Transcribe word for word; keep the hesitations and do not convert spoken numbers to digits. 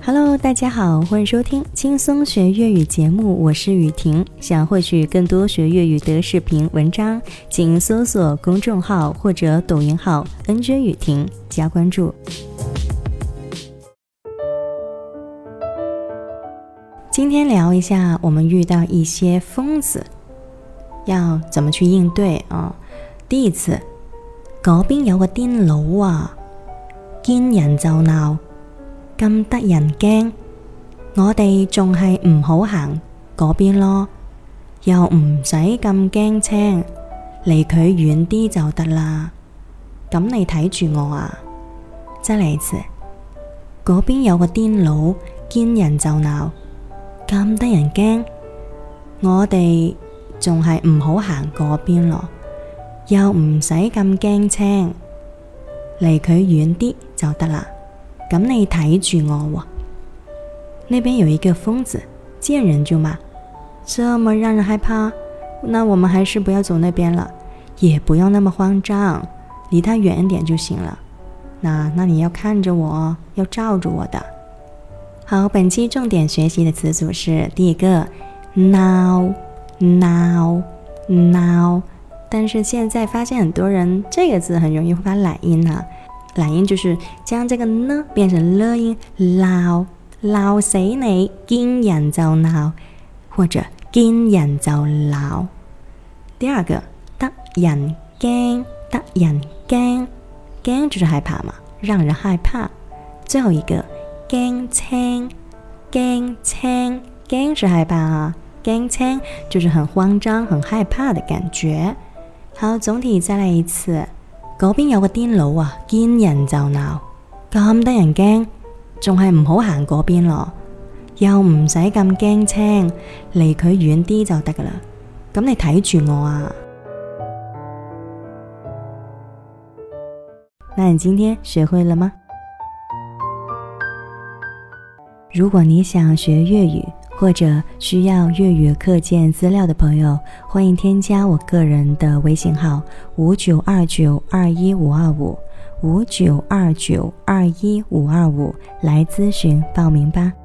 Hello， 大家好，欢迎收听轻松学粤语节目，我是雨婷。想获取更多学粤语的视频文章，请搜索公众号或者抖音号 N J 雨婷加关注。今天聊一下我们遇到一些疯子要怎么去应對啊。第一次，嗰邊有個癲佬啊，見人就鬧，咁得人驚，我哋仲係唔好行嗰邊咯，又唔使咁驚青，離佢遠啲就得啦。咁你睇住我啊。再嚟一次，嗰邊有個癲佬，見人就鬧，咁得人驚，我哋仲係唔好行嗰邊咯，又唔使咁驚青，離佢遠啲就得啦。咁你睇住我喎。那邊有一個瘋子，見人就罵，這麼讓人害怕，那我們還是不要走那邊了，也不用那麼慌張，離他遠一點就行了。那那你要看着我，要罩住我的。好，本期重點學習的詞組是第一個鬧鬧鬧，但是現在發現很多人這個字很容易會發懶音啊，懶音就是將這個呢變成了音，鬧鬧死你，見人就鬧，或者見人就鬧。第二個得人驚，得人驚，驚就是害怕嘛，讓人害怕。最後一個驚青，驚青，驚是害怕啊，驚青就是很慌張很害怕的感覺。好，總體再來一次，嗰邊有個癲佬啊，見人就鬧，咁得人驚，仲係唔好行嗰邊咯，又唔使咁驚青，離佢遠啲就得㗎喇。咁你睇住我啊。那你今天學會了嗎？如果你想學粵語或者需要粵語課件資料的朋友，歡迎添加我個人的微信號五九二九二一五二五五九二九二一五二五來諮詢報名吧。